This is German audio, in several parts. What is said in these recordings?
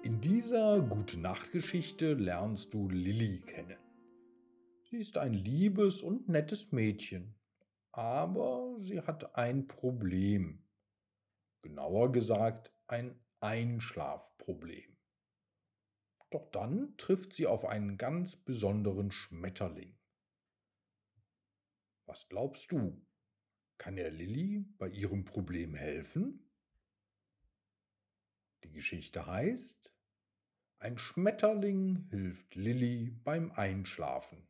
In dieser Gute-Nacht-Geschichte lernst du Lilli kennen. Sie ist ein liebes und nettes Mädchen, aber sie hat ein Problem. Genauer gesagt, ein Einschlafproblem. Doch dann trifft sie auf einen ganz besonderen Schmetterling. Was glaubst du? Kann er Lilli bei ihrem Problem helfen? Die Geschichte heißt: Ein Schmetterling hilft Lilli beim Einschlafen.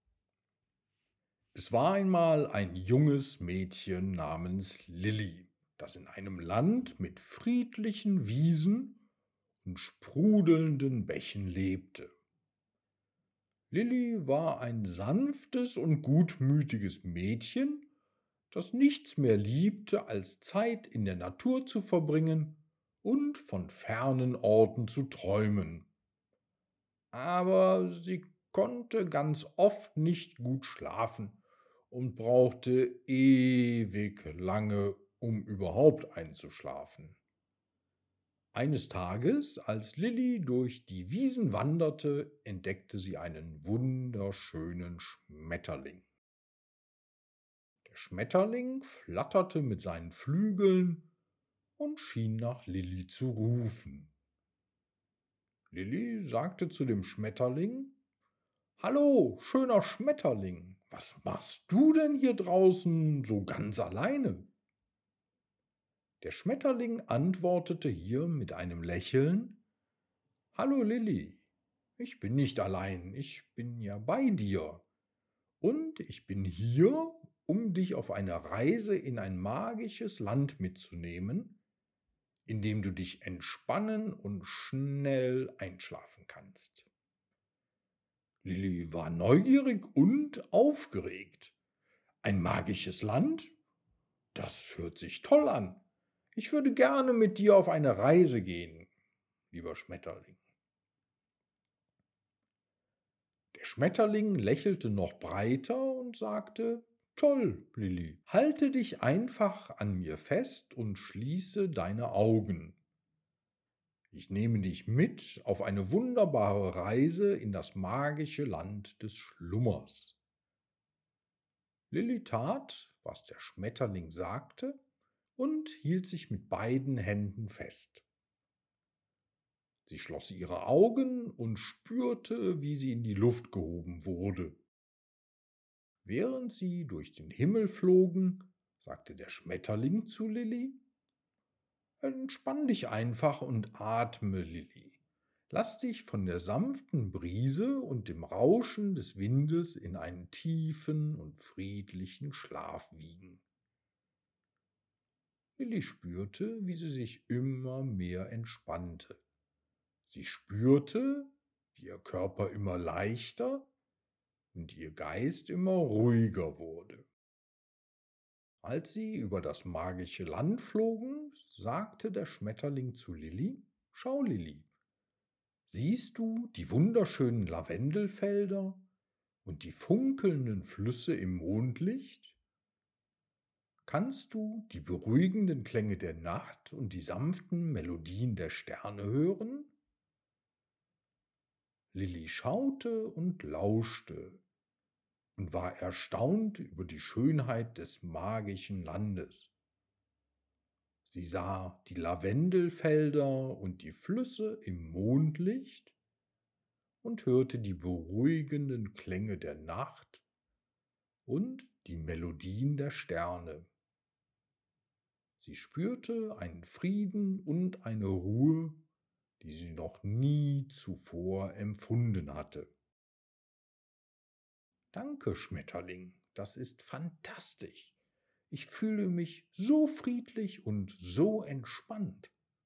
Es war einmal ein junges Mädchen namens Lilli, das in einem Land mit friedlichen Wiesen und sprudelnden Bächen lebte. Lilli war ein sanftes und gutmütiges Mädchen, das nichts mehr liebte, als Zeit in der Natur zu verbringen und von fernen Orten zu träumen. Aber sie konnte ganz oft nicht gut schlafen und brauchte ewig lange, um überhaupt einzuschlafen. Eines Tages, als Lilli durch die Wiesen wanderte, entdeckte sie einen wunderschönen Schmetterling. Der Schmetterling flatterte mit seinen Flügeln und schien nach Lilli zu rufen. Lilli sagte zu dem Schmetterling: »Hallo, schöner Schmetterling, was machst du denn hier draußen so ganz alleine?« Der Schmetterling antwortete hier mit einem Lächeln: »Hallo Lilli, ich bin nicht allein, ich bin ja bei dir. Und ich bin hier, um dich auf eine Reise in ein magisches Land mitzunehmen, in dem du dich entspannen und schnell einschlafen kannst.« Lilli war neugierig und aufgeregt. »Ein magisches Land? Das hört sich toll an. Ich würde gerne mit dir auf eine Reise gehen, lieber Schmetterling.« Der Schmetterling lächelte noch breiter und sagte: »Toll, Lilli, halte dich einfach an mir fest und schließe deine Augen. Ich nehme dich mit auf eine wunderbare Reise in das magische Land des Schlummers.« Lilli tat, was der Schmetterling sagte, und hielt sich mit beiden Händen fest. Sie schloss ihre Augen und spürte, wie sie in die Luft gehoben wurde. Während sie durch den Himmel flogen, sagte der Schmetterling zu Lilli: »Entspann dich einfach und atme, Lilli. Lass dich von der sanften Brise und dem Rauschen des Windes in einen tiefen und friedlichen Schlaf wiegen.« Lilli spürte, wie sie sich immer mehr entspannte. Sie spürte, wie ihr Körper immer leichter und ihr Geist immer ruhiger wurde. Als sie über das magische Land flogen, sagte der Schmetterling zu Lilli: »Schau, Lilli, siehst du die wunderschönen Lavendelfelder und die funkelnden Flüsse im Mondlicht? Kannst du die beruhigenden Klänge der Nacht und die sanften Melodien der Sterne hören?« Lilli schaute und lauschte und war erstaunt über die Schönheit des magischen Landes. Sie sah die Lavendelfelder und die Flüsse im Mondlicht und hörte die beruhigenden Klänge der Nacht und die Melodien der Sterne. Sie spürte einen Frieden und eine Ruhe, die sie noch nie zuvor empfunden hatte. »Danke, Schmetterling, das ist fantastisch. Ich fühle mich so friedlich und so entspannt.«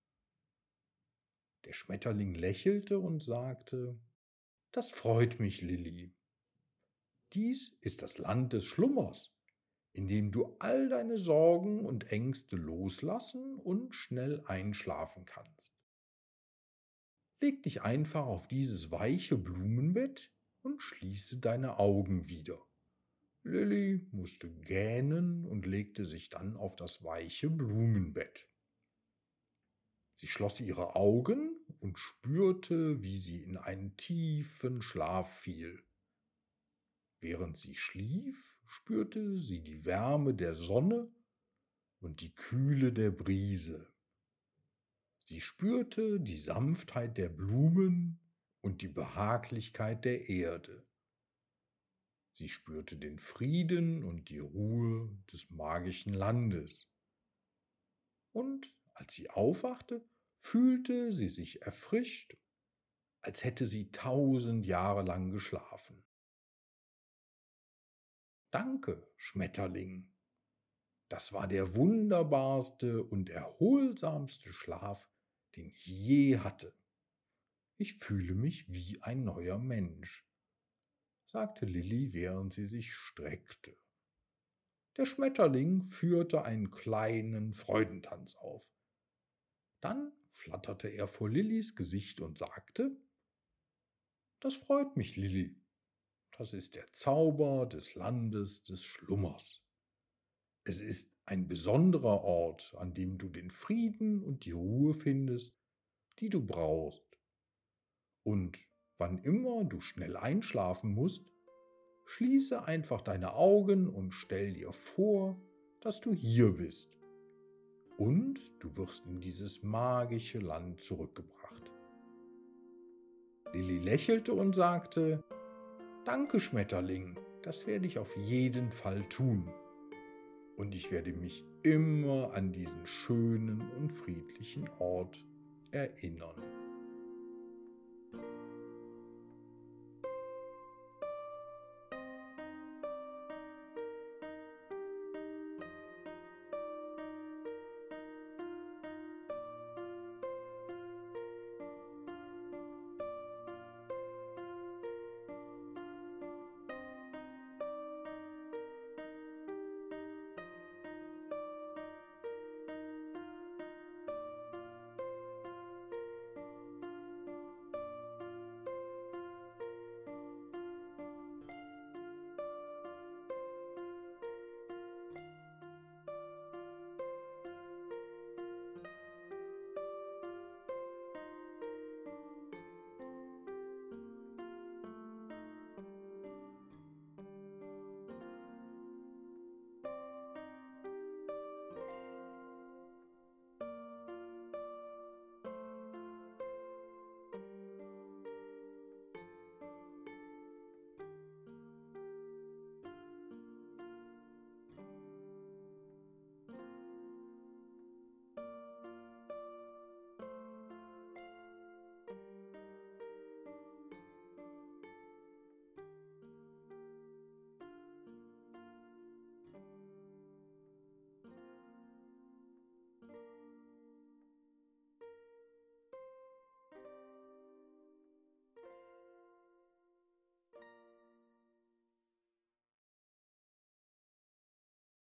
Der Schmetterling lächelte und sagte: »Das freut mich, Lilli. Dies ist das Land des Schlummers, in dem du all deine Sorgen und Ängste loslassen und schnell einschlafen kannst. Leg dich einfach auf dieses weiche Blumenbett und schließe deine Augen wieder.« Lilli musste gähnen und legte sich dann auf das weiche Blumenbett. Sie schloss ihre Augen und spürte, wie sie in einen tiefen Schlaf fiel. Während sie schlief, spürte sie die Wärme der Sonne und die Kühle der Brise. Sie spürte die Sanftheit der Blumen und die Behaglichkeit der Erde. Sie spürte den Frieden und die Ruhe des magischen Landes. Und als sie aufwachte, fühlte sie sich erfrischt, als hätte sie 1000 Jahre lang geschlafen. Danke, Schmetterling. Das war der wunderbarste und erholsamste Schlaf, den ich je hatte. Ich fühle mich wie ein neuer Mensch, sagte Lilli, während sie sich streckte. Der Schmetterling führte einen kleinen Freudentanz auf. Dann flatterte er vor Lillis Gesicht und sagte: Das freut mich, Lilli. Das ist der Zauber des Landes des Schlummers. Es ist ein besonderer Ort, an dem du den Frieden und die Ruhe findest, die du brauchst. Und wann immer du schnell einschlafen musst, schließe einfach deine Augen und stell dir vor, dass du hier bist. Und du wirst in dieses magische Land zurückgebracht. Lilli lächelte und sagte: Danke, Schmetterling, das werde ich auf jeden Fall tun. Und ich werde mich immer an diesen schönen und friedlichen Ort erinnern.